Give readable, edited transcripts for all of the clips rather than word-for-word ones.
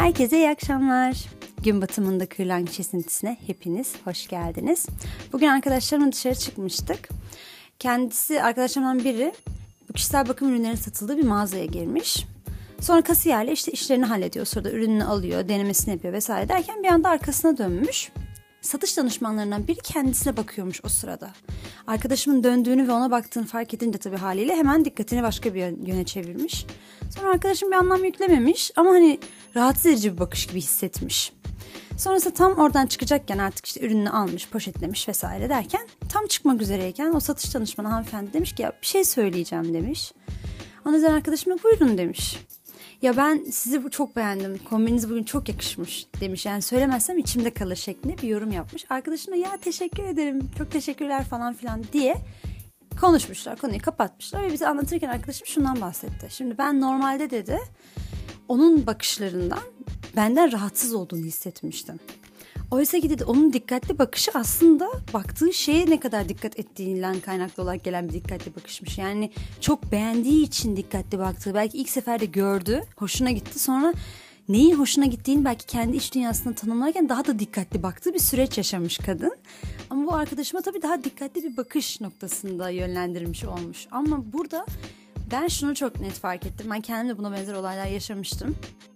Herkese iyi akşamlar. Gün batımında kırlangıç esintisine hepiniz hoş geldiniz. Bugün arkadaşlarımla dışarı çıkmıştık. Arkadaşlarımdan biri bu kişisel bakım ürünlerinin satıldığı bir mağazaya girmiş. Sonra kasiyerle işlerini hallediyor. Sonra ürününü alıyor, denemesini yapıyor vesaire derken bir anda arkasına dönmüş. Satış danışmanlarından biri kendisine bakıyormuş o sırada. Arkadaşımın döndüğünü ve ona baktığını fark edince tabii haliyle hemen dikkatini başka bir yöne çevirmiş. Sonra arkadaşım bir anlam yüklememiş ama rahatsız edici bir bakış gibi hissetmiş. Sonrasında tam oradan çıkacakken artık ürününü almış, poşetlemiş vesaire derken tam çıkmak üzereyken o satış danışmanı hanımefendi demiş ki ya bir şey söyleyeceğim demiş. Onun üzerine arkadaşım da buyurun demiş. Ya ben sizi çok beğendim. Kombininiz bugün çok yakışmış demiş. Yani söylemezsem içimde kalır şeklinde bir yorum yapmış. Arkadaşım da ya teşekkür ederim. Çok teşekkürler falan filan diye konuşmuşlar. Konuyu kapatmışlar ve bize anlatırken arkadaşım şundan bahsetti. Şimdi ben normalde dedi onun bakışlarından benden rahatsız olduğunu hissetmiştim. Oysa ki dedi onun dikkatli bakışı aslında baktığı şeye ne kadar dikkat ettiğinden kaynaklı olarak gelen bir dikkatli bakışmış. Yani çok beğendiği için dikkatli baktığı, belki ilk seferde gördü, hoşuna gitti. Sonra neyin hoşuna gittiğini belki kendi iç dünyasında tanımlarken daha da dikkatli baktığı bir süreç yaşamış kadın. Ama bu arkadaşıma tabii daha dikkatli bir bakış noktasında yönlendirmiş olmuş. Ama burada ben şunu çok net fark ettim. Ben kendim de buna benzer olaylar yaşamıştım.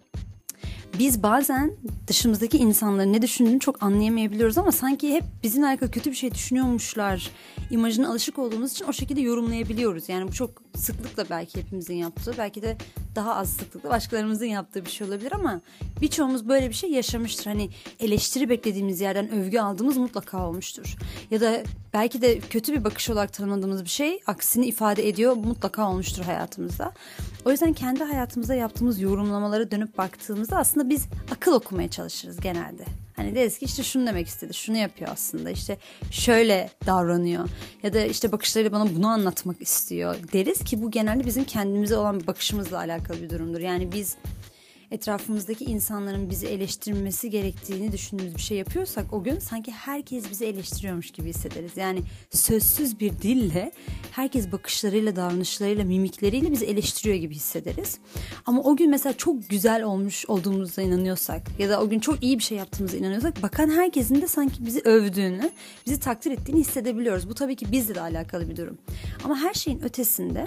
Biz bazen dışımızdaki insanların ne düşündüğünü çok anlayamayabiliyoruz ama sanki hep bizimle alakalı kötü bir şey düşünüyormuşlar imajına alışık olduğumuz için o şekilde yorumlayabiliyoruz. Yani bu çok sıklıkla belki hepimizin yaptığı, belki de daha az sıklıkla başkalarımızın yaptığı bir şey olabilir ama birçoğumuz böyle bir şey yaşamıştır. Hani eleştiri beklediğimiz yerden övgü aldığımız mutlaka olmuştur. Ya da belki de kötü bir bakış olarak tanımladığımız bir şey aksini ifade ediyor mutlaka olmuştur hayatımızda. O yüzden kendi hayatımızda yaptığımız yorumlamalara dönüp baktığımızda aslında biz akıl okumaya çalışırız genelde. Hani deriz ki şunu demek istedi, şunu yapıyor aslında, şöyle davranıyor ya da bakışlarıyla bana bunu anlatmak istiyor deriz ki bu genelde bizim kendimize olan bir bakışımızla alakalı bir durumdur. Yani biz etrafımızdaki insanların bizi eleştirmesi gerektiğini düşündüğümüz bir şey yapıyorsak o gün sanki herkes bizi eleştiriyormuş gibi hissederiz. Yani sözsüz bir dille herkes bakışlarıyla, davranışlarıyla, mimikleriyle bizi eleştiriyor gibi hissederiz. Ama o gün mesela çok güzel olmuş olduğumuza inanıyorsak ya da o gün çok iyi bir şey yaptığımıza inanıyorsak bakan herkesin de sanki bizi övdüğünü, bizi takdir ettiğini hissedebiliyoruz. Bu tabii ki bizle de alakalı bir durum. Ama her şeyin ötesinde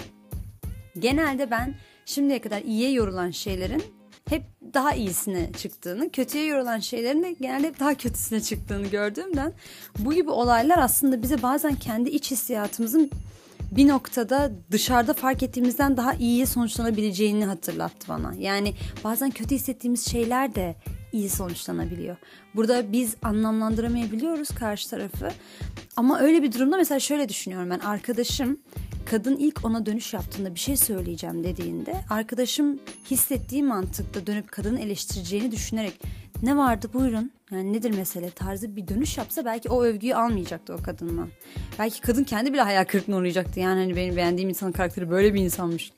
genelde ben şimdiye kadar iyiye yorulan şeylerin hep daha iyisine çıktığını, kötüye yorulan şeylerin de genelde hep daha kötüsüne çıktığını gördüğümden bu gibi olaylar aslında bize bazen kendi iç hissiyatımızın bir noktada dışarıda fark ettiğimizden daha iyiye sonuçlanabileceğini hatırlattı bana. Yani bazen kötü hissettiğimiz şeyler de iyi sonuçlanabiliyor. Burada biz anlamlandıramayabiliyoruz karşı tarafı. Ama öyle bir durumda mesela şöyle düşünüyorum ben. Arkadaşım kadın ilk ona dönüş yaptığında bir şey söyleyeceğim dediğinde arkadaşım hissettiği mantıkla dönüp kadını eleştireceğini düşünerek ne vardı buyurun yani nedir mesele tarzı bir dönüş yapsa belki o övgüyü almayacaktı o kadından. Belki kadın kendi bile hayal kırıklığına uğrayacaktı. Yani benim beğendiğim insanın karakteri böyle bir insanmış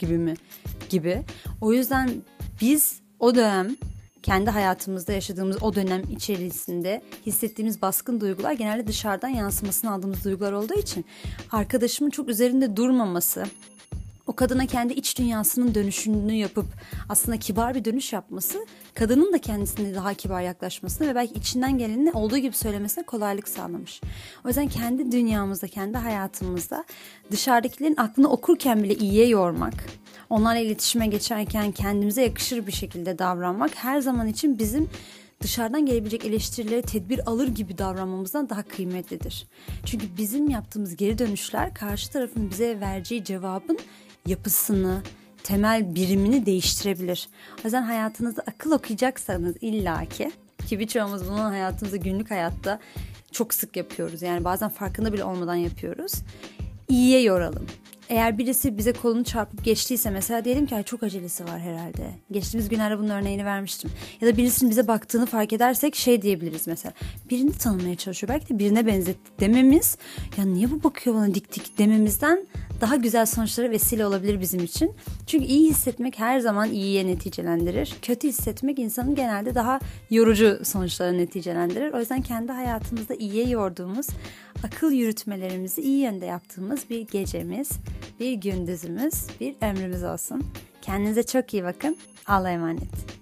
gibi. O yüzden biz o dönem kendi hayatımızda yaşadığımız o dönem içerisinde hissettiğimiz baskın duygular genelde dışarıdan yansımasını aldığımız duygular olduğu için arkadaşımın çok üzerinde durmaması, o kadına kendi iç dünyasının dönüşünü yapıp aslında kibar bir dönüş yapması, kadının da kendisine daha kibar yaklaşmasına ve belki içinden geleni olduğu gibi söylemesine kolaylık sağlamış. O yüzden kendi dünyamızda, kendi hayatımızda dışarıdakilerin aklını okurken bile iyiye yormak, onlarla iletişime geçerken kendimize yakışır bir şekilde davranmak her zaman için bizim dışarıdan gelebilecek eleştirilere tedbir alır gibi davranmamızdan daha kıymetlidir. Çünkü bizim yaptığımız geri dönüşler karşı tarafın bize vereceği cevabın yapısını, temel birimini değiştirebilir. O yüzden hayatınızda akıl okuyacaksanız illaki ki birçoğumuz bunu hayatımızda günlük hayatta çok sık yapıyoruz. Yani bazen farkında bile olmadan yapıyoruz. İyiye yoralım. Eğer birisi bize kolunu çarpıp geçtiyse mesela diyelim ki çok acelesi var herhalde. Geçtiğimiz günlerde bunun örneğini vermiştim. Ya da birisinin bize baktığını fark edersek diyebiliriz mesela. Birini tanımaya çalışıyor. Belki de birine benzetti dememiz ya niye bu bakıyor bana dik dik dememizden daha güzel sonuçlara vesile olabilir bizim için. Çünkü iyi hissetmek her zaman iyiye neticelendirir. Kötü hissetmek insanın genelde daha yorucu sonuçlara neticelendirir. O yüzden kendi hayatımızda iyiye yorduğumuz, akıl yürütmelerimizi iyi yönde yaptığımız bir gecemiz, bir gündüzümüz, bir ömrümüz olsun. Kendinize çok iyi bakın. Allah'a emanet.